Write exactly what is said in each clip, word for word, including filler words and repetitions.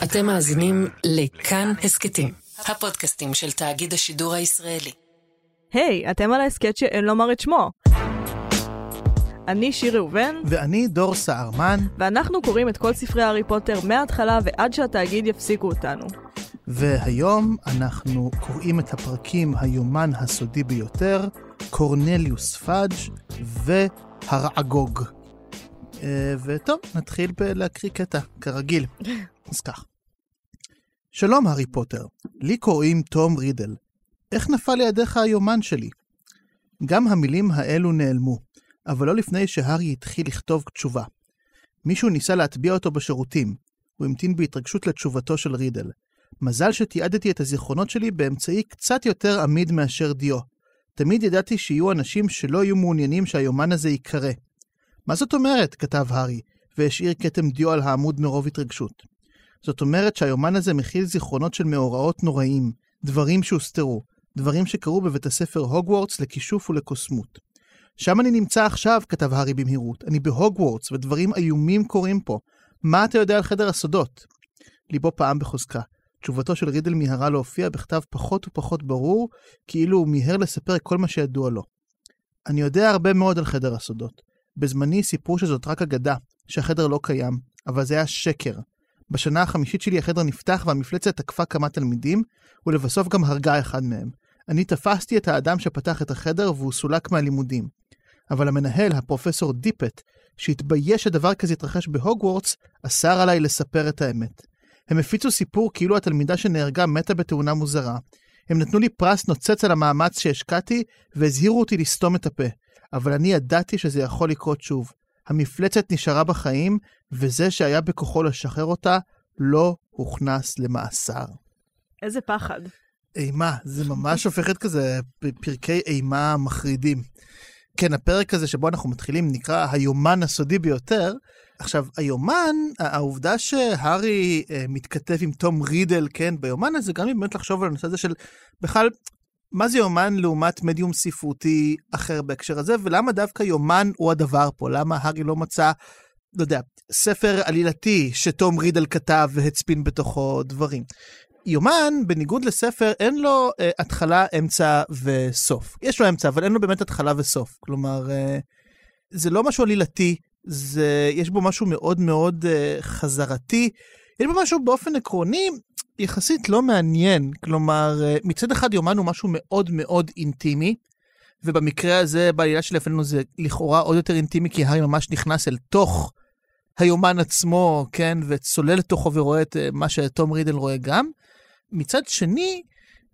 אתם מאזינים לכאן הסקטים, הפודקאסטים של תאגיד השידור הישראלי. היי, hey, אתם על ההסקט שאין לומר את שמו. אני שיר ראובן. ואני דור סערמן. ואנחנו קוראים את כל ספרי הארי פוטר מההתחלה ועד שהתאגיד יפסיקו אותנו. והיום אנחנו קוראים את הפרקים היומן הסודי ביותר, קורנליוס פאג' והרעגוג. וטוב, נתחיל להקריא קטע, כרגיל. אז כך. שלום הארי פוטר, לי קוראים תום רידל. איך נפל לידיך היומן שלי? גם המילים האלו נעלמו, אבל לא לפני שהארי התחיל לכתוב תשובה. מישהו ניסה להטביע אותו בשירותים. הוא המתין בהתרגשות לתשובתו של רידל. מזל שתיעדתי את הזיכרונות שלי באמצעי קצת יותר עמיד מאשר דיו. תמיד ידעתי שיהיו אנשים שלא יהיו מעוניינים שהיומן הזה יקרא. מה זאת אומרת? כתב הארי, והשאיר כתם דיו על העמוד מרוב התרגשות. זאת אומרת שהיומן הזה מכיל זיכרונות של מאורעות נוראים, דברים שהוסתרו, דברים שקרו בבית הספר הוגוורטס לכישוף ולקוסמות. שם אני נמצא עכשיו, כתב הארי במהירות. אני בהוגוורטס, ודברים איומים קורים פה. מה אתה יודע על חדר הסודות? ליבו פעם בחוזקה. תשובתו של רידל מהרה להופיע בכתב פחות ופחות ברור, כאילו הוא מיהר לספר כל מה שידוע לו. אני יודע הרבה מאוד על חדר הסודות. בזמני סיפרו שזאת רק אגדה, שהחדר לא קיים, אבל זה היה שקר. בשנה החמישית שלי החדר נפתח והמפלצת תקפה כמה תלמידים, ולבסוף גם הרגה אחד מהם. אני תפסתי את האדם שפתח את החדר והוא סולק מהלימודים. אבל המנהל, הפרופסור דיפט, שהתבייש שדבר כזה התרחש בהוגוורטס, אסר עליי לספר את האמת. הם הפיצו סיפור כאילו התלמידה שנהרגה מתה בתאונה מוזרה. הם נתנו לי פרס נוצץ על המאמץ שהשקעתי, והזהירו אותי לסתום את הפה. אבל אני ידעתי שזה יכול לקרות שוב. המפלצת נשארה בחיים, וזה שהיה בכוחו לשחרר אותה, לא הוכנס למאסר. איזה פחד. אימה, זה ממש הופכת כזה פרקי אימה מחרידים. כן, הפרק הזה שבו אנחנו מתחילים נקרא היומן הסודי ביותר. עכשיו, היומן, העובדה שהארי אה, מתכתב עם תום רידל, כן, ביומן הזה גם באמת לחשוב על הנושא הזה של בכלל, מה זה יומן לעומת מדיום ספרותי אחר בהקשר הזה, ולמה דווקא יומן הוא הדבר פה? למה הארי לא מצא, לא יודע, ספר עלילתי שתום רידל כתב והצפין בתוכו דברים? יומן, בניגוד לספר, אין לו אה, התחלה, אמצע וסוף. יש לו אמצע, אבל אין לו באמת התחלה וסוף. כלומר, אה, זה לא משהו עלילתי, זה, יש בו משהו מאוד מאוד אה, חזרתי, יש בו משהו באופן עקרוני, יחסית לא מעניין. כלומר, אה, מצד אחד יומן הוא משהו מאוד מאוד אינטימי, ובמקרה הזה, בעלילה שלפנינו זה לכאורה עוד יותר אינטימי, כי הארי ממש נכנס אל תוך היומן עצמו, כן, וצולל לתוכו ורואה את מה שתום רידל רואה גם. מצד שני,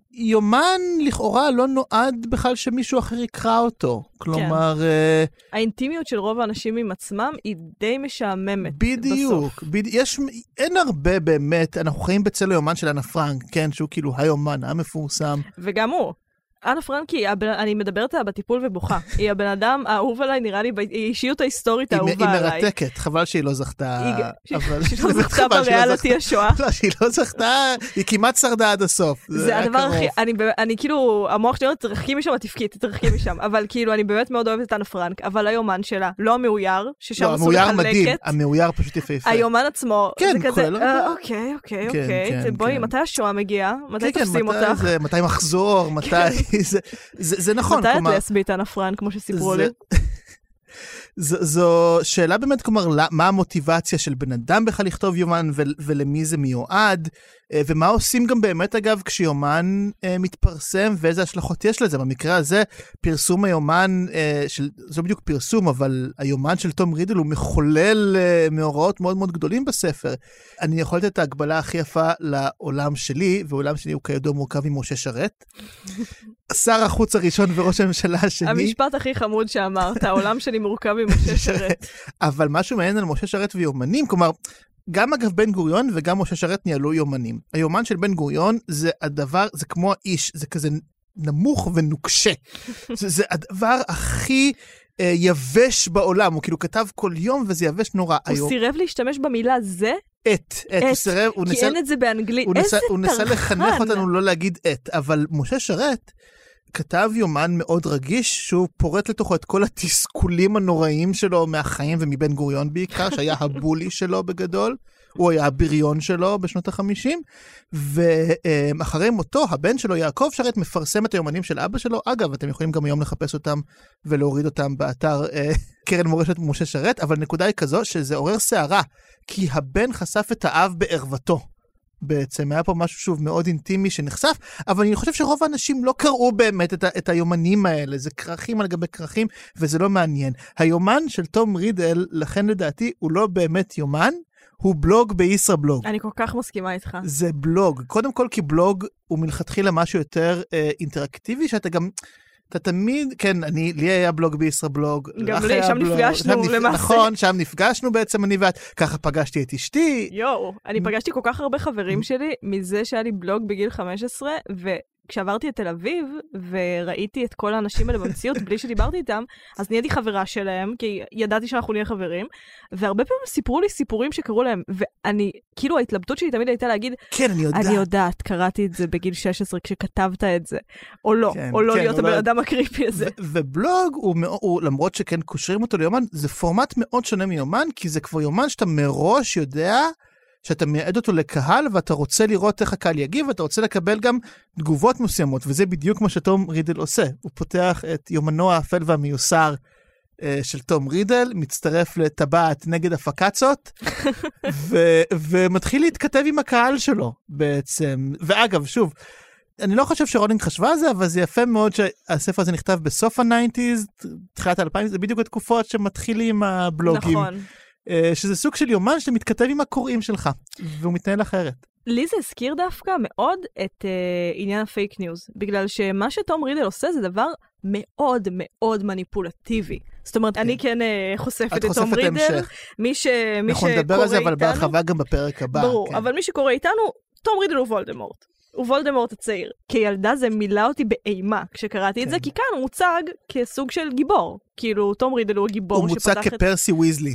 יומן לכאורה לא נועד בכלל שמישהו אחר יקרא אותו. כלומר... כן. Uh, האינטימיות של רוב האנשים עם עצמם היא די משעממת. בדיוק. בד... יש, אין הרבה באמת, אנחנו חיים בצל היומן של אנה פרנק, כן, שהוא כאילו היומן המפורסם. וגם הוא. אנה פרנק, אני מדברת עליה בטיפול ובוכה. היא הבן אדם האהוב עליי, נראה לי, היא אישיות ההיסטורית האהובה עליי. היא מרתקת, חבל שהיא לא זכתה. שהיא לא זכתה בריאליטי השואה. לא, שהיא לא זכתה, היא כמעט שרדה עד הסוף. זה הדבר הכי, אני כאילו, המוח שלי אומרת, תרחקי משם, תפקי, תרחקי משם. אבל כאילו, אני באמת מאוד אוהבת את אנה פרנק, אבל היומן שלה, לא המאויר, ששם עשו לחלקת. המאויר מדהים, המאויר פשוט יפהפה. היומן עצמו, זה כזה, אוקיי, אוקיי, אוקיי. בואי, מתי השואה מגיעה? מתי תופסים אותך? מתי מחזור? מתי זה, זה נכון. מתי את להסבית אנה פרנק, כמו שסיפרו לי? זו, זו שאלה באמת, כלומר, מה המוטיבציה של בן אדם בכלל לכתוב יומן, ו- ולמי זה מיועד, ומה עושים גם באמת, אגב, כשיומן אה, מתפרסם, ואיזה השלכות יש לזה. במקרה הזה, פרסום היומן, אה, של, זה בדיוק פרסום, אבל היומן של תום רידל הוא מחולל אה, מאורעות מאוד מאוד גדולים בספר. אני יכול לתת את ההגבלה הכי יפה לעולם שלי, ועולם שלי הוא כידוע מורכב עם משה שרת. שר החוץ הראשון וראש הממשלה השני. המשפט הכי חמוד שאמרת, העולם שלי מורכב עם משה שרת. אבל משהו מעניין על משה שרת ויומנים, כלומר, גם אגב בן גוריון וגם משה שרת ניהלו יומנים. היומן של בן גוריון זה הדבר, זה כמו האיש, זה כזה נמוך ונוקשה. זה, זה הדבר הכי אה, יבש בעולם, הוא כאילו כתב כל יום וזה יבש נורא. הוא היום... סירב להשתמש במילה זה? את, את, הוא סירב, הוא כי נסה, אין את זה באנגלית, הוא איזה נסה, תרחן. הוא נסה לחנך אותנו לא להגיד את, אבל משה שרת כתב יומן מאוד רגיש, שהוא פורט לתוכו את כל התסכולים הנוראים שלו מהחיים ומבן גוריון בעיקר, שהיה הבולי שלו בגדול. הוא היה הבריון שלו בשנות ה-חמישים, ואחרי מותו, הבן שלו, יעקב שרת, מפרסם את היומנים של אבא שלו. אגב, אתם יכולים גם היום לחפש אותם ולהוריד אותם באתר אה, קרן מורשת משה שרת, אבל נקודה היא כזו שזה עורר שערה, כי הבן חשף את האב בערוותו. בעצם היה פה משהו שוב מאוד אינטימי שנחשף, אבל אני חושב שרוב האנשים לא קראו באמת את, ה- את היומנים האלה, זה כרכים על גבי כרכים, וזה לא מעניין. היומן של תום רידל, לכן לדעתי, הוא לא באמת יומן, הוא בלוג בישראבלוג. אני כל כך מסכימה איתך. זה בלוג. קודם כל כי בלוג הוא מלכתחילה משהו יותר אה, אינטראקטיבי, שאתה גם... אתה תמיד, כן, אני, לי היה בלוג בישראבלוג. גם לי, שם בלוג, נפגשנו שם נפ... למעשה. נכון, שם נפגשנו בעצם אני ואת, ככה פגשתי את אשתי. יואו, אני פגשתי כל כך הרבה חברים שלי, מזה שהיה לי בלוג בגיל חמש עשרה, וכשעברתי את תל אביב, וראיתי את כל האנשים האלה במציאות, בלי שדיברתי איתם, אז נהייתי חברה שלהם, כי ידעתי שאנחנו נהיה חברים, והרבה פעמים סיפרו לי סיפורים שקראו להם, ואני, כאילו ההתלבטות שלי תמיד הייתה להגיד, כן, אני יודעת. אני יודעת, קראתי את זה בגיל שש עשרה כשכתבת את זה, או לא, כן, או לא כן, להיות הבן אדם הקריפי הזה. ו- ובלוג, הוא, הוא, למרות שכן קושרים אותו ליומן, זה פורמט מאוד שונה מיומן, כי זה כבר יומן שאתה מראש יודע שאתה מייעד אותו לקהל, ואתה רוצה לראות איך הקהל יגיב, ואתה רוצה לקבל גם תגובות מסוימות, וזה בדיוק מה שתום רידל עושה. הוא פותח את יומנו האפל והמיוסר אה, של תום רידל, מצטרף לטבעת נגד הפקצות, ו- ומתחיל להתכתב עם הקהל שלו בעצם. ואגב, שוב, אני לא חושב שרולינג חשבה על זה, אבל זה יפה מאוד שהספר הזה נכתב בסוף ה-תשעים, תחילת ה-אלפיים, זה בדיוק התקופות שמתחילים הבלוגים. נכון. שזה סוג של יומן שאתה מתכתב עם הקוראים שלך, והוא מתנהל אחרת. לי זה הזכיר דווקא מאוד את uh, עניין הפייק ניוז, בגלל שמה שתום רידל עושה זה דבר מאוד מאוד מניפולטיבי. זאת אומרת, כן. אני כן uh, חושפת את תום רידל, מי, ש, מי אנחנו שקורא נדבר על זה, אבל איתנו, בהרחבה גם בפרק הבא. ברור, כן. אבל מי שקורא איתנו, תום רידל הוא וולדמורט. הוא וולדמורט הצעיר. כילדה זה מילא אותי באימה כשקראתי כן. את זה, כי כאן הוא מוצג כסוג של גיבור. כאילו, תום רידל הוא הגיבור הוא מוצג כפרסי את... ויזלי.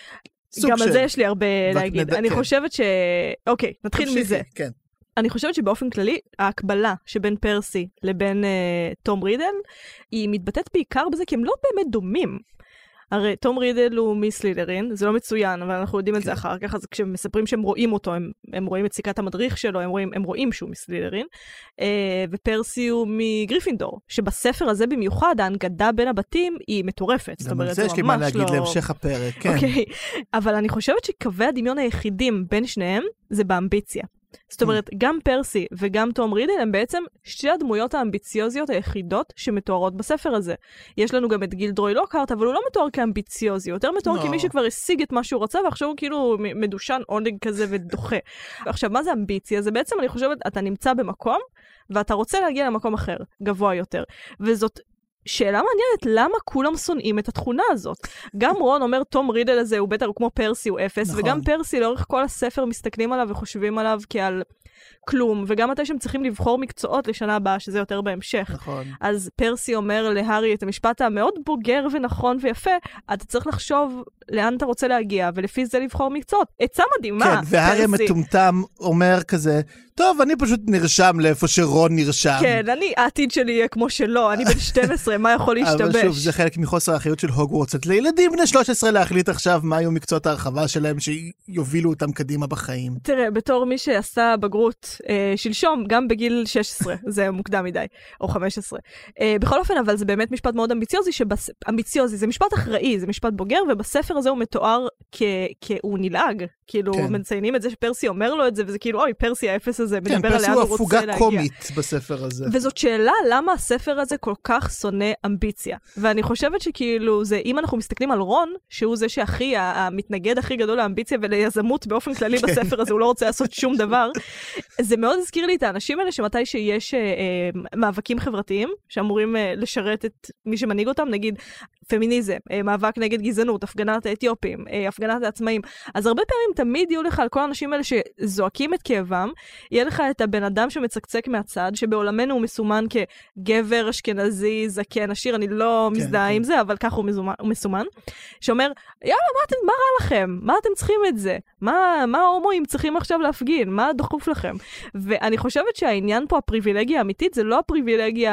גם על זה יש לי הרבה להגיד. נד... אני כן. חושבת ש... אוקיי, נתחיל תמשיכי, מזה. כן. אני חושבת שבאופן כללי, ההקבלה שבין פרסי לבין uh, תום רידל, היא מתבטאת בעיקר בזה, כי הם לא באמת דומים. הרי תום רידל הוא מסלידרין, זה לא מצוין, אבל אנחנו יודעים את זה אחר כך, אז כשמספרים שהם רואים אותו, הם, הם רואים את סיכת המדריך שלו, הם רואים, הם רואים שהוא מסלידרין, אה, ופרסי הוא מגריפינדור, שבספר הזה במיוחד, ההנגדה בין הבתים היא מטורפת. גם על זה יש לי מה להגיד לא... להמשך הפרק, כן. אוקיי, אבל אני חושבת שקווי הדמיון היחידים בין שניהם, זה באמביציה. זאת אומרת, גם פרסי וגם תום רידל הם בעצם שתי הדמויות האמביציוזיות היחידות שמתוארות בספר הזה. יש לנו גם את גילדרוי לוקהרט, אבל הוא לא מתואר כאמביציוזי, יותר מתואר כמי שכבר השיג את מה שהוא רצה, ועכשיו הוא כאילו מדושן עונג כזה ודוחה. עכשיו, מה זה אמביציה? זה בעצם, אני חושבת, אתה נמצא במקום, ואתה רוצה להגיע למקום אחר, גבוה יותר. וזאת שאלה מעניינת, למה כולם שונאים את התכונה הזאת? גם רון אומר, תום רידל הזה הוא בטח, הוא כמו פרסי, הוא אפס, נכון. וגם פרסי לאורך כל הספר מסתכלים עליו וחושבים עליו כעל כלום, וגם מתי שהם צריכים לבחור מקצועות לשנה הבאה, שזה יותר בהמשך. נכון. אז פרסי אומר להרי את המשפט המאוד בוגר ונכון ויפה, אתה צריך לחשוב לאן אתה רוצה להגיע, ולפי זה לבחור מקצועות. עצה מדהימה, כן, והרי המטומטם אומר כזה, טוב, אני פשוט נרשם לאיפה שרון נרשם. כן, אני, העתיד שלי יהיה כמו שלא, אני בן שתים עשרה, מה יכול להשתבש? אבל שוב, זה חלק מחוסר האחריות של הוגוורטס, לילדים בני שלוש עשרה להחליט עכשיו מה היו מקצועות ההרחבה שלהם, שיובילו אותם קדימה בחיים. תראה, בתור מי שעשה בגרות אה, שלשום, גם בגיל שש עשרה, זה מוקדם מדי, או חמש עשרה. אה, בכל אופן, אבל זה באמת משפט מאוד אמביציוזי, שבס... אמביציוזי, זה משפט אחראי, זה משפט בוגר, ובספר הזה הוא מתואר כהוא נלעג, כאילו כן. מציינים את זה שפרסי אומר לו את זה, וזה כאילו, אוי, פרסי האפס הזה, כן, מדבר לאן הוא רוצה להגיע. פרסי הוא הפוגה קומית בספר הזה. וזאת שאלה, למה הספר הזה כל כך שונא אמביציה? ואני חושבת שכאילו, זה, אם אנחנו מסתכלים על רון, שהוא זה שהכי, המתנגד הכי גדול לאמביציה וליזמות באופן כללי כן. בספר הזה, הוא לא רוצה לעשות שום דבר, זה מאוד הזכיר לי את האנשים האלה, שמתי שיש אה, אה, מאבקים חברתיים, שאמורים אה, לשרת את מי שמנהיג אותם, נגיד, פמיניזם, אה, מאבק נגד גזענות, הפגנת האתיופים, אה, הפגנת העצמאים. אז הרבה פעמים תמיד יהיו לך על כל האנשים האלה שזועקים את כאבם, יהיה לך את הבן אדם שמצקצק מהצד, שבעולמנו הוא מסומן כגבר, אשכנזי, זקן, עשיר, אני לא כן, מזדהה כן. עם זה, אבל ככה הוא, מזומן, הוא מסומן, שאומר, יאללה, מה, אתם, מה רע לכם? מה אתם צריכים את זה? מה, מה ההומואים צריכים עכשיו להפגין? מה דחוף לכם? ואני חושבת שהעניין פה, הפריבילגיה האמיתית, זה לא הפריבילגיה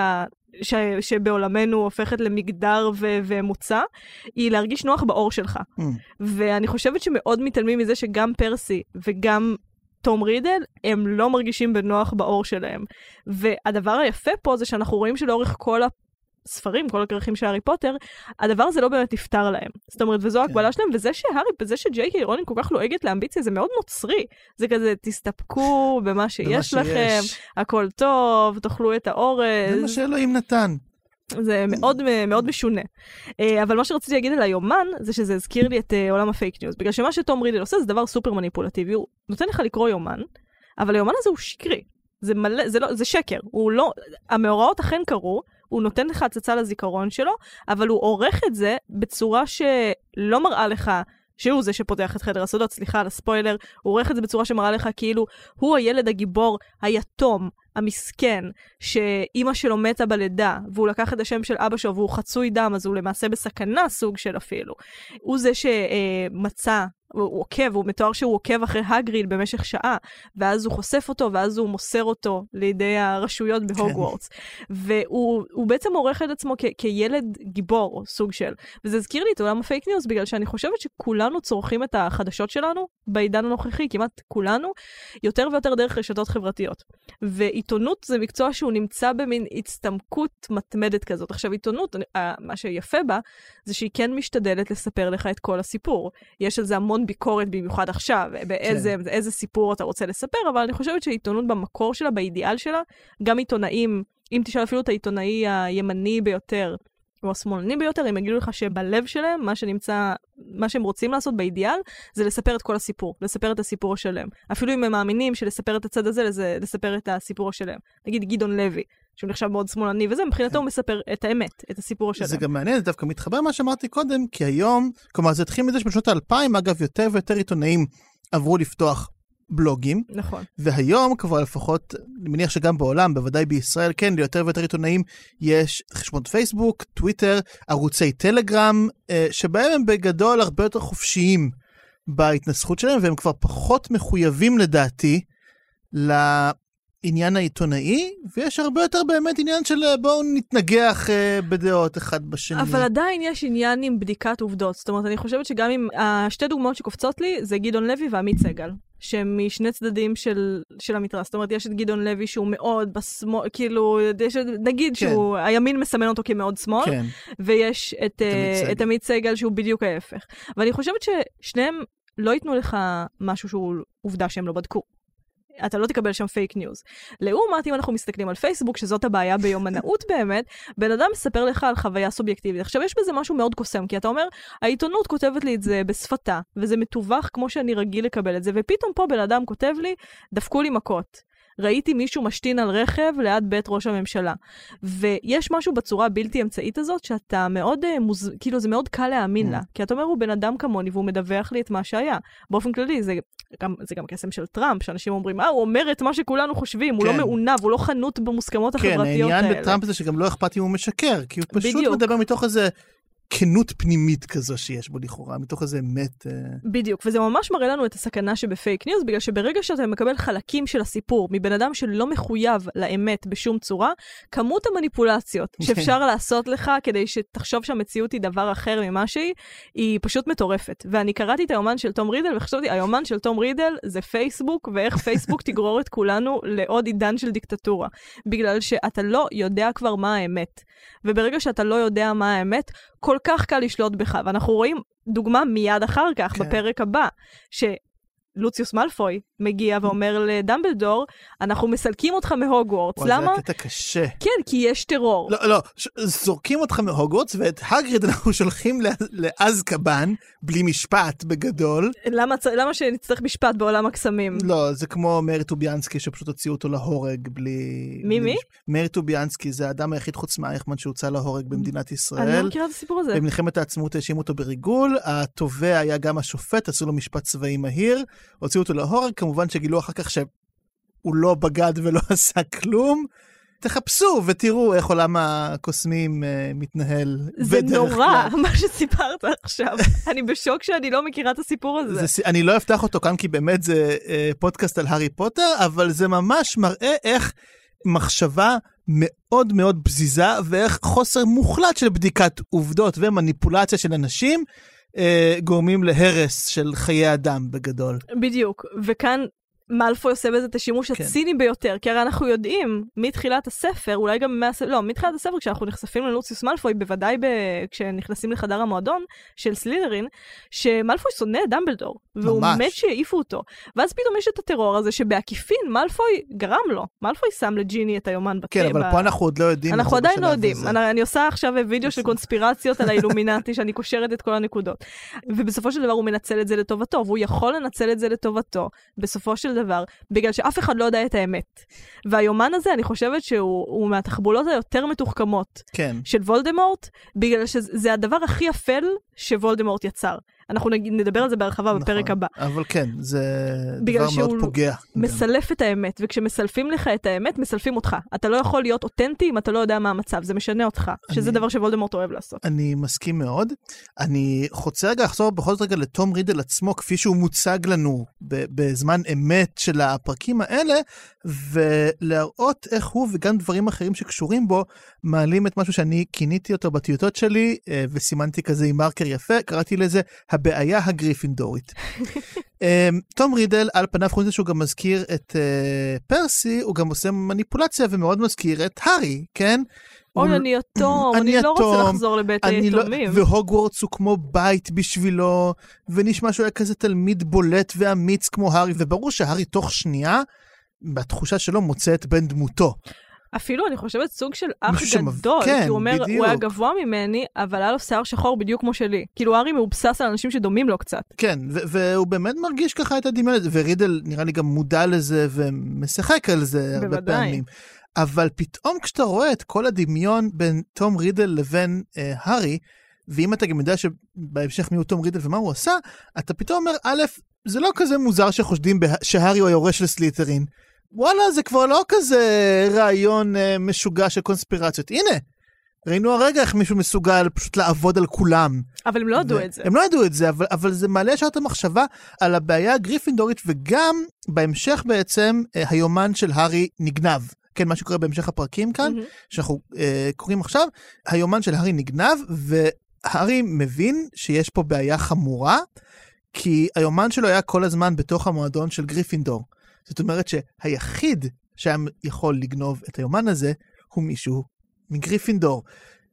ש... שבעולמנו הופכת למגדר ו... ומוצא, היא להרגיש נוח באור שלך. Mm. ואני חושבת שמאוד מתעלמים מזה שגם פרסי וגם תום רידל, הם לא מרגישים בנוח באור שלהם. והדבר היפה פה זה שאנחנו רואים שלאורך כל הספרים, כל הכרכים של הארי פוטר, הדבר הזה לא באמת נפטר להם. זאת אומרת, וזו ההגבלה שלהם, וזה שהארי, וזה שג'יי קיי רולינג כל כך לועגת לאמביציה, זה מאוד נוצרי. זה כזה, תסתפקו במה שיש לכם, הכל טוב, תאכלו את האורז. זה מה שאלוהים נתן. זה מאוד מאוד משונה. אבל מה שרציתי להגיד על היומן, זה שזה הזכיר לי את עולם הפייק ניוז. בגלל שמה שתום רידל עושה, זה דבר סופר מניפולטיבי. הוא נותן לך לקרוא יומן, אבל היומן הזה הוא שקרי. זה מלא, זה לא, זה שקר. הוא לא, המאורעות אכן קרו, הוא נותן לך הצצה לזיכרון שלו, אבל הוא עורך את זה בצורה שלא מראה לך שהוא זה שפותח את חדר הסודות, סליחה על הספוילר, הוא עורך את זה בצורה שמראה לך כאילו הוא הילד הגיבור, היתום, המסכן, שאימא שלו מתה בלידה, והוא לקח את השם של אבא שלו, והוא חצוי דם, אז הוא למעשה בסכנה סוג של אפילו. הוא זה שמצא, הוא עוקב, הוא מתואר שהוא עוקב אחרי הגריד במשך שעה, ואז הוא חושף אותו, ואז הוא מוסר אותו לידי הרשויות בהוגוורטס. והוא בעצם עורך את עצמו כ- כילד גיבור, סוג של. וזה הזכיר לי את עולם הפייק ניוז, בגלל שאני חושבת שכולנו צורכים את החדשות שלנו, בעידן הנוכחי, כמעט כולנו, יותר ויותר דרך רשתות חברתיות. ועיתונות זה מקצוע שהוא נמצא במין הצטמקות מתמדת כזאת. עכשיו, עיתונות, מה שיפה בה, זה שהיא כן משתדלת לספר לך את כל הסיפור. יש על זה המון ביקורת במיוחד עכשיו, באיזה כן. איזה סיפור אתה רוצה לספר, אבל אני חושבת שהעיתונות במקור שלה, באידיאל שלה, גם עיתונאים, אם תשאל אפילו את העיתונאי הימני ביותר, או השמאלני ביותר, הם יגידו לך שבלב שלהם, מה שנמצא, מה שהם רוצים לעשות באידיאל, זה לספר את כל הסיפור, לספר את הסיפור השלם. אפילו אם הם מאמינים שלספר את הצד הזה, זה לספר את הסיפור השלם. נגיד גדעון לוי, שהוא נחשב מאוד שמאלני, וזה מבחינתו הוא מספר את האמת, את הסיפור השלם. זה גם מעניין, זה דווקא מתחבר מה שאמרתי קודם, כי היום, כלומר, זה התחיל מזה שבשנות האלפיים, אגב, יותר ויותר עיתונאים עברו לפתוח בלוגים. נכון. והיום כבר לפחות, אני מניח שגם בעולם, בוודאי בישראל, כן, ליותר ויותר עיתונאים יש חשבון פייסבוק, טוויטר, ערוצי טלגרם, שבהם הם בגדול הרבה יותר חופשיים בהתנסחות שלהם, והם כבר פחות מחויבים לדעתי לעניין העיתונאי, ויש הרבה יותר באמת עניין של בואו נתנגח בדעות אחד בשני. אבל עדיין יש עניין עם בדיקת עובדות. זאת אומרת, אני חושבת שגם עם השתי דוגמאות שקופצות לי, זה גדעון לוי ועמית סגל. שהם משני צדדים של, של המתרס. זאת אומרת, יש את גדעון לוי שהוא מאוד בשמאל, כאילו, יש, נגיד כן. שהוא, הימין מסמן אותו כמאוד שמאל, כן. ויש את, uh, את עמית סגל שהוא בדיוק ההפך. ואני חושבת ששניהם לא ייתנו לך משהו שהוא עובדה שהם לא בדקו. אתה לא תקבל שם פייק ניוז. לעומת, אם אנחנו מסתכלים על פייסבוק, שזאת הבעיה ביומנאות באמת, בן אדם מספר לך על חוויה סובייקטיבית. עכשיו, יש בזה משהו מאוד קוסם, כי אתה אומר, העיתונות כותבת לי את זה בשפתה, וזה מתווך כמו שאני רגיל לקבל את זה, ופתאום פה בן אדם כותב לי, דפקו לי מכות. ראיתי מישהו משתין על רכב ליד בית ראש הממשלה. ויש משהו בצורה הבלתי אמצעית הזאת, שאתה מאוד, מוז... כאילו זה מאוד קל להאמין לה. כי אתה אומר, הוא בן אדם כמוני, והוא מדווח לי את מה שהיה. באופן כללי, זה גם, זה גם קסם של טראמפ, שאנשים אומרים, אה, הוא אומר את מה שכולנו חושבים, הוא לא מעונב, הוא לא חנות במוסכמות החברתיות האלה. כן, העניין בטראמפ זה שגם לא אכפת אם הוא משקר, כי הוא פשוט מדבר מתוך איזה כנות פנימית כזו שיש בו לכאורה, מתוך איזה אמת. בדיוק, וזה ממש מראה לנו את הסכנה שבפייק ניוז, בגלל שברגע שאתה מקבל חלקים של הסיפור, מבן אדם שלא מחויב לאמת בשום צורה, כמות המניפולציות שאפשר לעשות לך, כדי שתחשוב שהמציאות היא דבר אחר ממה שהיא, היא פשוט מטורפת. ואני קראתי את היומן של תום רידל, וחשבתי, היומן של תום רידל זה פייסבוק, ואיך פייסבוק תגרור את כולנו לעוד עידן של דיקטטורה. בגלל שאתה לא יודע כבר מה האמת. וברגע שאתה לא יודע מה האמת, כל כך קל לשלוט בך. ואנחנו רואים דוגמה מיד אחר כך, כן. בפרק הבא, שלוציוס מלפוי מגיע ואומר לדמבלדור, אנחנו מסלקים אותך מהוגוורטס. למה? זה הקטע קשה. כן, כי יש טרור. לא, לא, ש- זורקים אותך מהוגוורטס, ואת הגריד אנחנו שולחים לאזקבאן, בלי משפט בגדול. למה, למה שנצטרך משפט בעולם הקסמים? לא, זה כמו מאיר טוביאנסקי, שפשוט הוציאו אותו להורג בלי... מי, בלי מי? מש... מאיר טוביאנסקי, זה האדם היחיד חוץ מאייכמן שהוצא להורג במדינת ישראל. אני לא מכירה את הסיפור הזה. במלחמת העצמאות האשימו אותו בריגול, התובע היה גם השופט, עשו לו משפט צבאי מהיר, הוציאו אותו להורג, כמובן שגילו אחר כך שהוא לא בגד ולא עשה כלום. תחפשו ותראו איך עולם הקוסמים uh, מתנהל זה נורא, כלל. מה שסיפרת עכשיו. אני בשוק שאני לא מכירה את הסיפור הזה. זה, אני לא אפתח אותו כאן, כי באמת זה uh, פודקאסט על הארי פוטר, אבל זה ממש מראה איך מחשבה מאוד מאוד בזיזה, ואיך חוסר מוחלט של בדיקת עובדות ומניפולציה של אנשים, אה, גורמים להרס של חיי אדם בגדול. בדיוק, וכאן מאלפוי עושה בזה את השימוש כן. הציני ביותר, כי הרי אנחנו יודעים מתחילת הספר, אולי גם מהספר, לא, מתחילת הספר כשאנחנו נחשפים ללוציוס מאלפוי, בוודאי ב... כשנכנסים לחדר המועדון של סלית'רין, שמאלפוי שונא את דמבלדור, והוא ממש. מת שיעיפו אותו. ואז פתאום יש את הטרור הזה שבעקיפין מאלפוי גרם לו, מאלפוי שם לג'יני את היומן בטבע. כן, אבל פה אנחנו עוד לא יודעים. אנחנו עדיין לא בשלב יודעים. הזה. אני, אני עושה עכשיו וידאו של קונספירציות על האילומינטי, שאני קושרת את כל הנקודות. ובסופו של דבר הוא מנצל את זה לטובתו, והוא יכול לנצל את זה לטובתו, בסופו של דבר, בגלל שאף אחד לא יודע את האמת. והיומן הזה, אני חושבת שהוא הוא מהתחבולות היותר מתוחכמות כן. של וולדמורט, בגלל שזה הדבר הכי אפל שוולדמורט יצר. אנחנו נדבר על זה בהרחבה נכון, בפרק הבא. אבל כן, זה בגלל דבר מאוד פוגע. מסלף גם. את האמת, וכשמסלפים לך את האמת, מסלפים אותך. אתה לא יכול להיות אותנטי אם אתה לא יודע מה המצב, זה משנה אותך, אני, שזה דבר שוולדמורט אוהב לעשות. אני מסכים מאוד. אני רוצה רגע לחזור בכל זאת רגע לתום רידל עצמו, כפי שהוא מוצג לנו בזמן אמת של הפרקים האלה, ולהראות איך הוא וגם דברים אחרים שקשורים בו, מעלים את משהו שאני כיניתי אותו בטיוטות שלי, וסימנתי כזה עם מרקר יפה, קראתי לזה הבעיה הגריפינדורית. תום רידל, על פניו חוץ שהוא גם מזכיר את פרסי, הוא גם עושה מניפולציה ומאוד מזכיר את הארי, כן? אוי, אני יתום, אני לא רוצה לחזור לבית היתומים. והוגוורטס הוא כמו בית בשבילו, ונשמע שהוא היה כזה תלמיד בולט ואמיץ כמו הארי, וברור שהארי תוך שנייה, בתחושה שלו מוצא את בן דמותו. אפילו אני חושבת סוג של אח שמב... גדול, כן, כי הוא אומר, בדיוק. הוא היה גבוה ממני, אבל היה לו שיער שחור בדיוק כמו שלי. כאילו הארי מאובסס על אנשים שדומים לו קצת. כן, ו- והוא באמת מרגיש ככה את הדמיון הזה, ורידל נראה לי גם מודע לזה ומשחק על זה הרבה בוודאי. פעמים. אבל פתאום כשאתה רואה את כל הדמיון בין תום רידל לבין אה, הארי, ואם אתה גם יודע שבהמשך מי הוא תום רידל ומה הוא עשה, אתה פתאום אומר, א', זה לא כזה מוזר שחושדים בה- שהארי הוא היורש של סלית'רין. וואלה, זה כבר לא כזה רעיון אה, משוגע של קונספירציות. הנה, ראינו הרגע איך מישהו מסוגל פשוט לעבוד על כולם. אבל הם לא ידעו את זה. הם לא ידעו את זה, אבל, אבל זה מעלה ישר את המחשבה על הבעיה הגריפינדורית, וגם בהמשך בעצם אה, היומן של הארי נגנב. כן, מה שקורה בהמשך הפרקים כאן, mm-hmm. שאנחנו אה, קוראים עכשיו, היומן של הארי נגנב, והארי מבין שיש פה בעיה חמורה, כי היומן שלו היה כל הזמן בתוך המועדון של גריפינדור. זאת אומרת שהיחיד שהיה יכול לגנוב את היומן הזה, הוא מישהו מגריפינדור.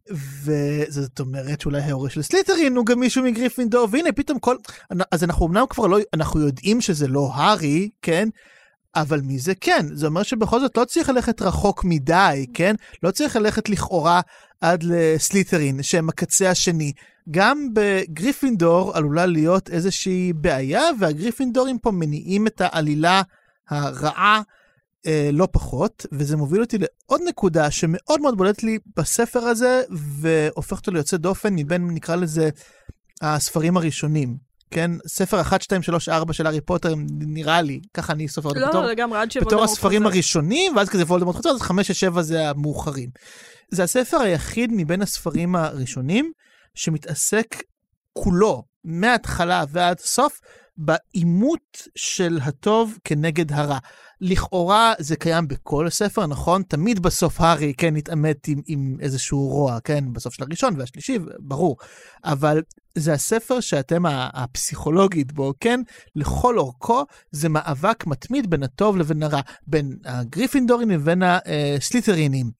וזאת אומרת שאולי ההורה של סלית'רין הוא גם מישהו מגריפינדור, והנה פתאום כל... אז אנחנו אמנם כבר לא... אנחנו יודעים שזה לא הארי, כן? אבל מי זה כן? זה אומר שבכל זאת לא צריך ללכת רחוק מדי, כן? לא צריך ללכת לכאורה עד לסלית'רין, שהם הקצה השני. גם בגריפינדור עלולה להיות איזושהי בעיה, והגריפינדורים פה מניעים את העלילה הרעה אה, לא פחות, וזה מוביל אותי לעוד נקודה שמאוד מאוד בולט לי בספר הזה, והופך אותו ליוצא דופן מבין, נקרא לזה, הספרים הראשונים. כן? ספר אחת, שתיים, שלוש, ארבע של הארי פוטר, נראה לי, ככה אני סופר אותו לא, בתור, לגמרי, עד בתור הספרים חוזר. הראשונים, ואז כזה וולדמורט חוזר, אז חמש ושבע זה המאוחרים. זה הספר היחיד מבין הספרים הראשונים, שמתעסק כולו, מההתחלה ועד סוף, באימות של הטוב כנגד הרע. לכאורה זה קיים בכל הספר, נכון? תמיד בסוף הארי, כן, נתעמת עם, עם איזשהו רוע, כן? בסוף של הראשון והשלישי, ברור. אבל זה הספר שאתם הפסיכולוגית בו, כן? לכל אורכו זה מאבק מתמיד בין הטוב לבין הרע, בין הגריפינדורים לבין הסלית'רינים.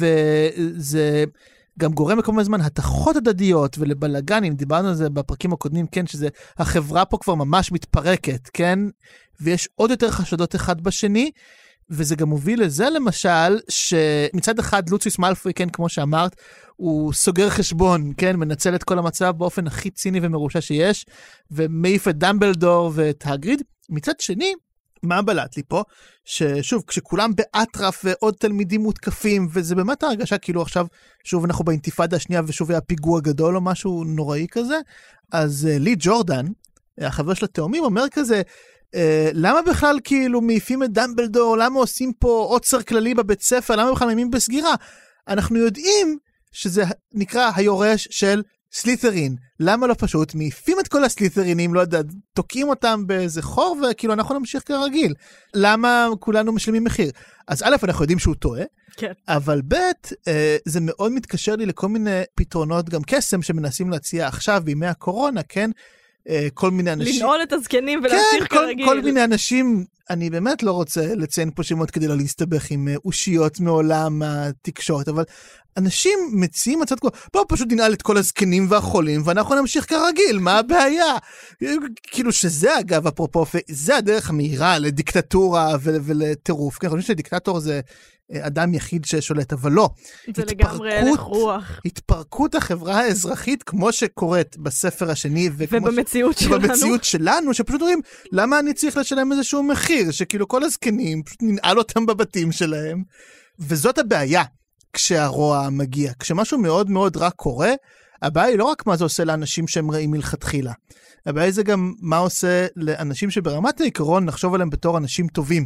וזה... גם גורם לכל מיני זמן התחות הדדיות ולבלגנים, דיברנו על זה בפרקים הקודמים, כן, שזה, החברה פה כבר ממש מתפרקת, כן, ויש עוד יותר חשדות אחד בשני, וזה גם מוביל לזה למשל, שמצד אחד לוציוס מאלפוי, כן, כמו שאמרת, הוא סוגר חשבון, כן, מנצל את כל המצב באופן הכי ציני ומרושע שיש, ומעיף את דמבלדור ואת הגריד. מצד שני, מה בלט לי פה? ששוב, כשכולם באטרף ועוד תלמידים מותקפים, וזה באמת הרגשה כאילו עכשיו, שוב אנחנו באינתיפאדה השנייה ושוב היה פיגוע גדול או משהו נוראי כזה, אז uh, לי ג'ורדן, החבר של התאומים, אומר כזה, uh, למה בכלל כאילו מעיפים את דמבלדור, למה עושים פה עוצר כללי בבית ספר, למה בכלל מעיפים בסגירה? אנחנו יודעים שזה נקרא היורש של סלית'רין, למה לא פשוט מעיפים את כל הסלית'רינים, לא יודע, תוקעים אותם באיזה חור, וכאילו אנחנו נמשיך כרגיל. למה כולנו משלמים מחיר? אז א', אנחנו יודעים שהוא טועה, כן. אבל ב', זה מאוד מתקשר לי לכל מיני פתרונות, גם קסם שמנסים להציע עכשיו בימי הקורונה, כן? כל מיני אנשים... לנעול את הזקנים ולהמשיך כן, כרגיל. כל, כל מיני אנשים, אני באמת לא רוצה לציין פה שמות כדי לא להסתבך עם אושיות מעולם התקשורת, אבל אנשים מציעים הצעת כמו, בואו פשוט ננעל את כל הזקנים והחולים, ואנחנו נמשיך כרגיל, מה הבעיה? כאילו שזה אגב, אפרופו, זה הדרך המהירה לדיקטטורה ולטירוף, כן, חושבים שדיקטטור זה אדם יחיד ששולט, אבל לא. זה לגמרי הלך רוח. התפרקות החברה האזרחית, כמו שקורית בספר השני, ובמציאות שלנו. ובמציאות שלנו, שפשוט אומרים, למה אני צריך לשלם איזשהו מחיר, שכאילו כל הזקנים, פשוט ננעל אותם בבתים שלהם, וזאת הבעיה. כשהרוע מגיע. כשמשהו מאוד מאוד רע קורה, הבעיה היא לא רק מה זה עושה לאנשים שהם רעים מלכתחילה. הבעיה זה גם מה עושה לאנשים שברמת העיקרון נחשוב עליהם בתור אנשים טובים.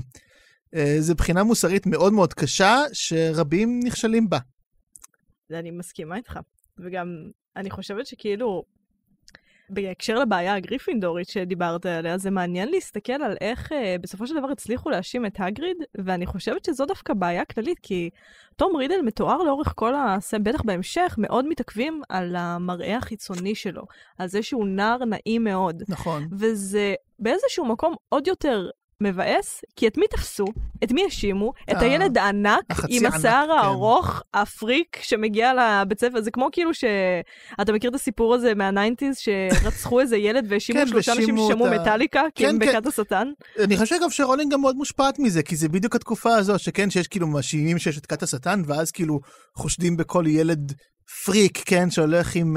זו בחינה מוסרית מאוד מאוד קשה, שרבים נכשלים בה. אני מסכימה איתך. וגם אני חושבת שכאילו, בהקשר לבעיה הגריפינדורית שדיברת עליה, זה מעניין להסתכל על איך אה, בסופו של דבר הצליחו להאשים את הגריד, ואני חושבת שזו דווקא בעיה כללית, כי תום רידל מתואר לאורך כל הסם, בטח בהמשך, מאוד מתעכבים על המראה החיצוני שלו, על זה שהוא נער נעים מאוד. נכון. וזה באיזשהו מקום עוד יותר מבאס, כי את מי תפסו? את מי האשימו? את הילד הענק עם השיער הארוך, הפריק שמגיע לבית ספר. זה כמו כאילו ש... אתה מכיר את הסיפור הזה מה-תשעים שרצחו איזה ילד והאשימו שלושה אנשים ששמעו מטליקה, כי הם בכת השטן? אני חושב גם שרולינג גם מאוד מושפעת מזה, כי זה בדיוק התקופה הזו, שכן, שיש כאילו מאשימים שיש את כת השטן, ואז כאילו חושדים בכל ילד פריק, כן, שהולך עם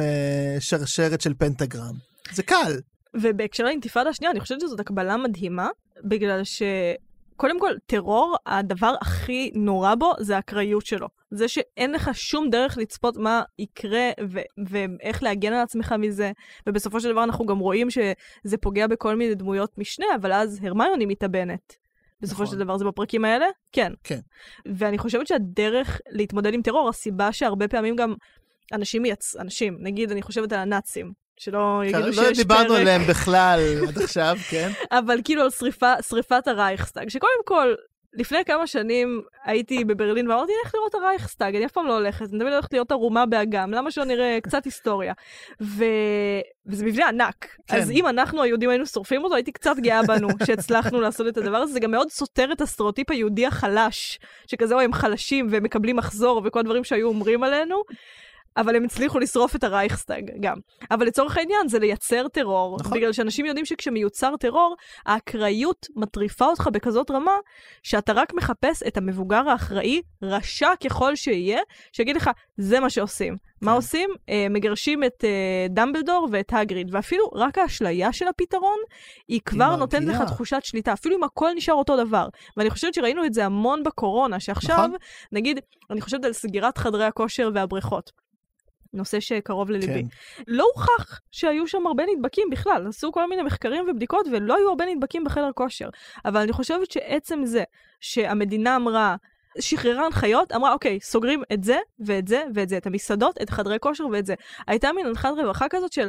שרשרת של פנטגרם. זה קל. ובהקשר לאינתיפאדה השנייה, אני חושבת שזאת הקבלה מדהימה, בגלל שקודם כל, טרור, הדבר הכי נורא בו, זה האקראיות שלו. זה שאין לך שום דרך לצפות מה יקרה, ו- ואיך להגן על עצמך מזה, ובסופו של דבר אנחנו גם רואים שזה פוגע בכל מיני דמויות משנה, אבל אז הרמיוני מתאבנת. בסופו נכון. של דבר זה בפרקים האלה? כן. כן. ואני חושבת שהדרך להתמודד עם טרור, הסיבה שהרבה פעמים גם אנשים יצ... אנשים, נגיד, אני חושבת על הנאצים, שלא יגידו שיש פרק. לא דיברנו עליהם בכלל עד עכשיו, כן? אבל כאילו על שריפה, שריפת הרייכסטאג, שקודם כל, לפני כמה שנים הייתי בברלין ואמרתי, איך לראות הרייכסטאג? אני אף פעם לא הולכת, אני תמיד הולכת להיות ערומה באגם, למה שלא נראה קצת היסטוריה? ו... וזה מבנה ענק. כן. אז אם אנחנו היהודים היינו שורפים אותו, הייתי קצת גאה בנו שהצלחנו לעשות את הדבר הזה. זה גם מאוד סותר את הסטריאוטיפ היהודי החלש, שכזה הם חלשים ומקבלים מחזור וכל הדברים שהיו אומרים עלינו. אבל הם הצליחו לשרוף את הרייכסטאג גם. אבל לצורך העניין זה לייצר טרור, נכון. בגלל שאנשים יודעים שכשמיוצר טרור, האקראיות מטריפה אותך בכזאת רמה, שאתה רק מחפש את המבוגר האחראי, רשע ככל שיהיה, שיגיד לך, זה מה שעושים. כן. מה עושים? אה, מגרשים את אה, דמבלדור ואת הגריד, ואפילו רק האשליה של הפתרון, היא כבר היא נותנת לך תחושת שליטה, אפילו אם הכל נשאר אותו דבר. ואני חושבת שראינו את זה המון בקורונה, שעכשיו, נכון. נגיד, אני חושבת על סגירת חדרי הכושר והבריכות. נושא שקרוב לליבי. כן. לא הוכח שהיו שם הרבה נדבקים בכלל. עשו כל מיני מחקרים ובדיקות, ולא היו הרבה נדבקים בחדר כושר. אבל אני חושבת שעצם זה, שהמדינה אמרה, שחררה הנחיות, אמרה, אוקיי, סוגרים את זה, ואת זה, ואת זה, את המסעדות, את חדרי כושר, ואת זה. הייתה מין הנחת רווחה כזאת של,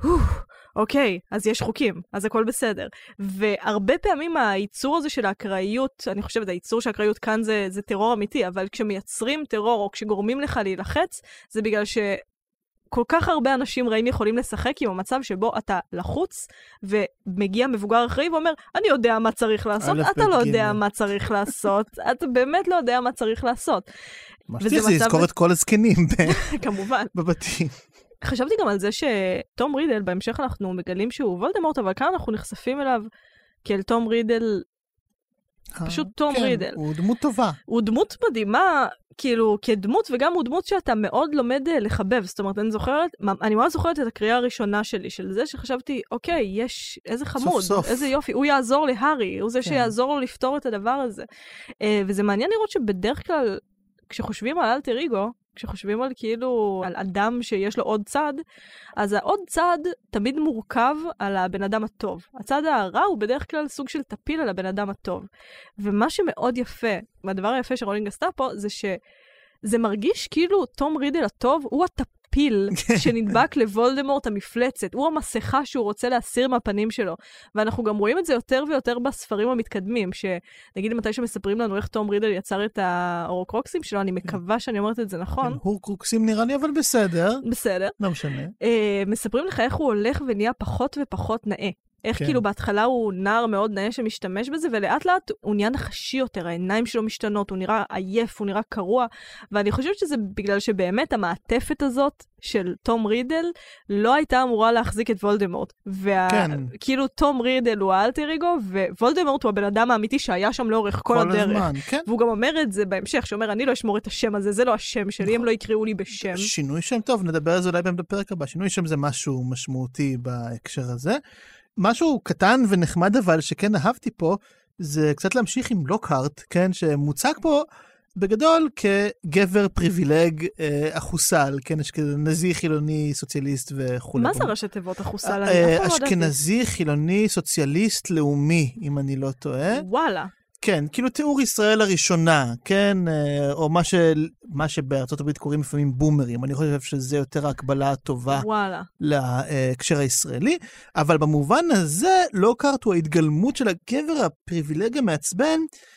אוקיי, אז יש חוקים, אז הכל בסדר. והרבה פעמים הייצור הזה של האקראיות, אני חושבת, הייצור של האקראיות כאן זה, זה טרור אמיתי, אבל כשמייצרים טרור, או כשגורמים לך להילחץ, זה בגלל שכל כך הרבה אנשים רעים יכולים לשחק עם המצב שבו אתה לחוץ, ומגיע מבוגר אחראי ואומר, אני יודע מה צריך לעשות, אתה לא יודע מה צריך לעשות, אתה באמת לא יודע מה צריך לעשות. מבטיח זה לזכור את כל הזקנים. כמובן. בבתים. חשבתי גם על זה שתום רידל, בהמשך אנחנו מגלים שהוא וולדמורט, אבל כאן אנחנו נחשפים אליו כאל תום רידל, פשוט תום כן, רידל. הוא דמות טובה. הוא דמות מדהימה, כאילו, כדמות, וגם הוא דמות שאתה מאוד לומד לחבב. זאת אומרת, אני זוכרת, אני מאוד זוכרת את הקריאה הראשונה שלי, של זה שחשבתי, אוקיי, יש איזה חמוד, סוף סוף. איזה יופי, הוא יעזור להרי, הוא זה כן. שיעזור לו לפתור את הדבר הזה. וזה מעניין לראות שבדרך כלל, כשחושבים על אלטר איגו, כשחושבים על כאילו, על אדם שיש לו עוד צד, אז העוד צד תמיד מורכב על הבן אדם הטוב. הצד הרע הוא בדרך כלל סוג של טפיל על הבן אדם הטוב. ומה שמאוד יפה, והדבר היפה שרולינג עשתה פה, זה שזה מרגיש כאילו תום רידל הטוב הוא הטפ... הפיל שנדבק לוולדמורט המפלצת. הוא המסכה שהוא רוצה להסיר מהפנים שלו. ואנחנו גם רואים את זה יותר ויותר בספרים המתקדמים, שנגיד מתי שמספרים לנו איך תום רידל יצר את האורוקרוקסים שלו, אני מקווה שאני אומרת את זה נכון. הורקרוקסים נראה לי, אבל בסדר. בסדר. לא משנה. מספרים לך איך הוא הולך ונהיה פחות ופחות נאה. איך כן. כאילו בהתחלה הוא נער מאוד נאה שמשתמש בזה, ולאט לאט הוא נהיה נחשי יותר, העיניים שלו משתנות, הוא נראה עייף, הוא נראה קרוע, ואני חושבת שזה בגלל שבאמת המעטפת הזאת של תום רידל לא הייתה אמורה להחזיק את וולדמורט. וכאילו כן. תום רידל הוא האלטר אגו, ווולדמורט הוא הבן אדם האמיתי שהיה שם לאורך כל, כל הדרך. הזמן, כן. והוא גם אומר את זה בהמשך, שאומר, אני לא אשמור את השם הזה, זה לא השם שלי, הם לא יקראו לי בשם. שינוי שם טוב, נדבר על זה אולי בפרק הבא. שינוי שם זה משהו משמעותי בהקשר הזה. משהו קטן ונחמד אבל שכן אהבתי פה, זה קצת להמשיך עם לוקהרט, כן, שמוצג פה בגדול כגבר פריבילג אה, אחוסל, כן, אשכנזי, חילוני, סוציאליסט וכו'. מה זה ראשי תיבות אחוסל? אה, אשכנזי, חילוני, סוציאליסט, לאומי, אם אני לא טועה. וואלה. כן, כאילו תיאור ישראל הראשונה, כן, או מה, ש... מה שבארצות הברית קוראים לפעמים בומרים, אני חושב שזה יותר ההקבלה הטובה וואלה. להקשר הישראלי, אבל במובן הזה לוקהרט הוא ההתגלמות של הגבר הפריבילג המעצבן,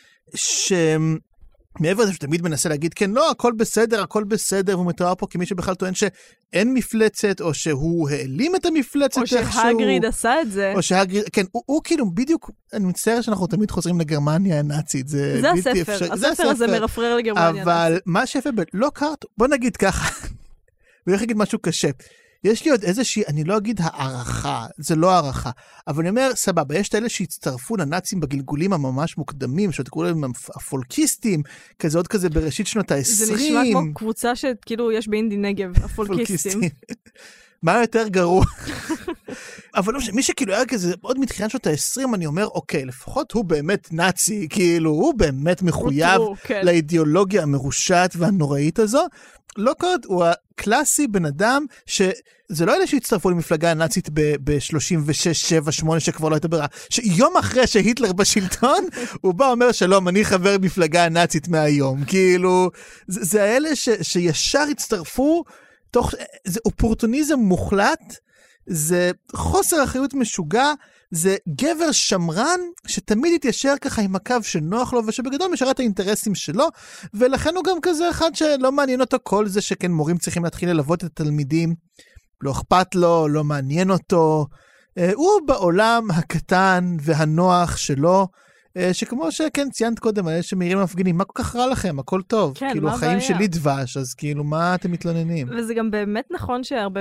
שמעבר לזה שתמיד מנסה להגיד, כן, לא, הכל בסדר, הכל בסדר, והוא מתואר פה כמי שבכלל טוען שאין מפלצת, או שהוא העלים את המפלצת או שהגריד עשה את זה. או שהגריד, כן, הוא, הוא כאילו בדיוק, אני מצטער שאנחנו תמיד חוזרים לגרמניה הנאצית, זה, זה הספר, אפשר, הספר, זה הספר הזה מרפרר לגרמניה הנאצית. אבל מה שיפה בלוקהרט, בוא נגיד ככה, ואיך אגיד משהו קשה, יש לי עוד איזושהי, אני לא אגיד הערכה, זה לא הערכה, אבל אני אומר, סבבה, יש את אלה שהצטרפו לנאצים בגלגולים הממש מוקדמים, שאתה קורא להם הפולקיסטים, כזה עוד כזה בראשית שנות ה-עשרים. זה נשמע כמו קבוצה שכאילו יש באינדי נגב, הפולקיסטים. מה יותר גרוע? אבל מי שכאילו היה כזה, עוד מתחילת שנות ה-עשרים, אני אומר, אוקיי, לפחות הוא באמת נאצי, כאילו, הוא באמת מחויב לאידיאולוגיה המרושעת והנוראית הזו. לוקהרט הוא הקלאסי בן אדם שזה לא אלה שהצטרפו למפלגה הנאצית ב-שלושים ושש, שבע, שמונה שכבר לא הייתה ברירה, שיום אחרי שהיטלר בשלטון, הוא בא אומר שלום, אני חבר מפלגה הנאצית מהיום. כאילו, זה, זה האלה ש, שישר הצטרפו, תוך, זה אופורטוניזם מוחלט, זה חוסר אחריות משוגע, זה גבר שמרן שתמיד יתיישר ככה עם הקו שנוח לו ושבגדול משרת האינטרסים שלו, ולכן הוא גם כזה אחד שלא מעניין אותו כל זה שכן מורים צריכים להתחיל ללוות את התלמידים, לא אכפת לו, לא מעניין אותו, הוא בעולם הקטן והנוח שלו, שכמו שכן ציינת קודם, האלה שמאירים המפגינים, מה כל כך רע לכם? הכל טוב. כן, כאילו, מה החיים בעיה? שלי דבש, אז כאילו, מה אתם מתלוננים? וזה גם באמת נכון שהרבה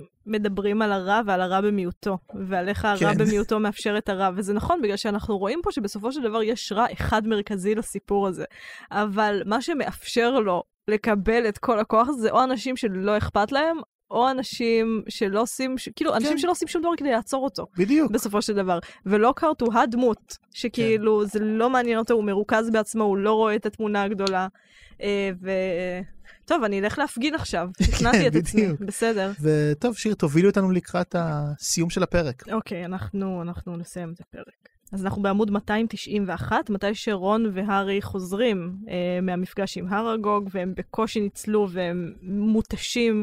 מדברים על הרע ועל הרע במיעוטו, ועל איך הרע כן. במיעוטו מאפשר את הרע, וזה נכון, בגלל שאנחנו רואים פה שבסופו של דבר יש רע אחד מרכזי לסיפור הזה, אבל מה שמאפשר לו לקבל את כל הכוח הזה, זה או אנשים שלא אכפת להם, או אנשים שלא עושים, כאילו, אנשים כן. שלא עושים שום דבר כדי לעצור אותו. בדיוק. בסופו של דבר. ולוקהרט הוא הדמות, שכאילו, כן. זה לא מעניין אותו, הוא מרוכז בעצמו, הוא לא רואה את התמונה הגדולה. ו... טוב, אני אלך להפגין עכשיו. שכנעתי את עצמי. בסדר. וטוב, שיר, תובילו אותנו לקראת הסיום של הפרק. אוקיי, אנחנו, אנחנו נסיים את הפרק. אז אנחנו בעמוד מאתיים תשעים ואחת, מתי שרון והארי חוזרים אה, מהמפגש עם הרגוג, והם בקושי ניצלו והם מוטשים.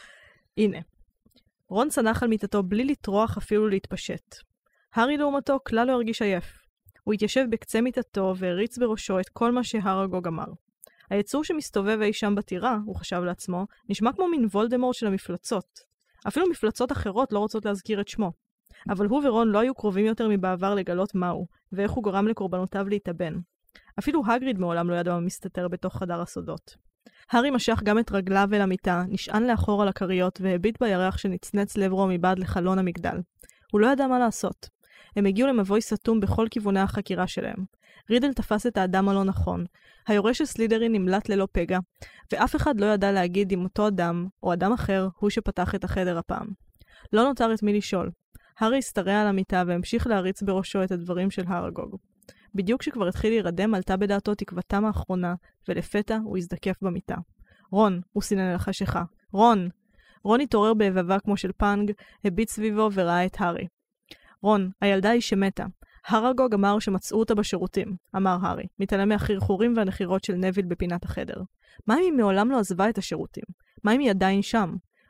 הנה, רון צנח על מיטתו בלי לטרוח אפילו להתפשט. הארי לעומתו כלל לא הרגיש עייף. הוא התיישב בקצה מיטתו והריץ בראשו את כל מה שהרגוג אמר. היצור שמסתובב אי שם בטירה, הוא חשב לעצמו, נשמע כמו מין וולדמורט של המפלצות. אפילו מפלצות אחרות לא רוצות להזכיר את שמו. אבל הוא ורון לא היו קרובים יותר מבעבר לגלות מהו, ואיך הוא גרם לקורבנותיו להתאבן. אפילו הגריד מעולם לא ידע מה מסתתר בתוך חדר הסודות. הארי משך גם את רגליו אל המיטה, נשען לאחור על הכריות והביט בירח שנצנץ לעברו מבעד לחלון המגדל. הוא לא ידע מה לעשות. הם הגיעו למבוי סתום בכל כיווני החקירה שלהם. רידל תפס את האדם הלא נכון. היורש של סלידרין נמלט ללא פגע, ואף אחד לא ידע להגיד אם אותו אדם, או אדם אחר, הוא שפתח את החדר הפעם. לא נותר את מי לשאול. הארי הסתרע על המיטה והמשיך להריץ בראשו את הדברים של הרגוג. בדיוק כשכבר התחיל להירדם, עלתה בדעתו תקוותם האחרונה, ולפתע הוא הזדקף במיטה. רון, הוא סינן אל החשיכה. רון! רון התעורר בהבבה כמו של פאנג, הביט סביבו וראה את הארי. רון, הילדה היא שמתה. הרגוג אמר שמצאו אותה בשירותים, אמר הארי, מתעלם מהחרחורים והנחירות של נביל בפינת החדר. מה אם היא מעולם לא עזבה את השירותים? מה אם היא עדיין שם?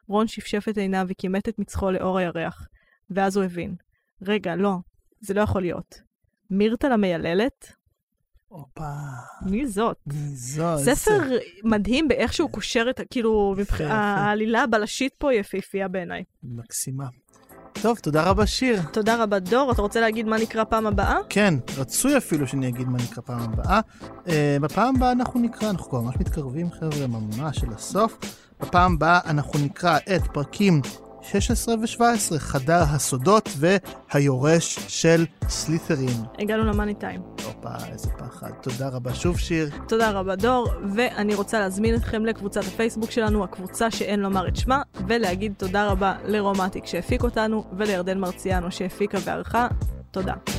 רון שפשף את עיניו וכימת את מצחו לאור הירח. ואז הוא הבין. רגע, לא, זה לא יכול להיות. מירטל המייללת? אופה. מי זאת? מי זאת? ספר מדהים באיך שהוא קושר את, כאילו, העלילה הבלשית פה היא יפהפייה בעיניי. מקסימה. טוב, תודה רבה שיר. תודה רבה דור. אתה רוצה להגיד מה נקרא פעם הבאה? כן, רצוי אפילו שאני אגיד מה נקרא פעם הבאה. Uh, בפעם הבאה אנחנו נקרא, אנחנו כבר ממש מתקרבים חבר'ה, ממש של הסוף. בפעם הבאה אנחנו נקרא את פרקים שש עשרה ו-שבע עשרה, חדר הסודות והיורש של סלית'רין. הגענו למאני טיים. אופה, איזה פחד. תודה רבה שוב שיר. תודה רבה דור, ואני רוצה להזמין אתכם לקבוצת הפייסבוק שלנו, הקבוצה שאין לומר את שמה, ולהגיד תודה רבה לרומטיק שהפיק אותנו, ולירדן מרציאנו שהפיקה וערכה. תודה.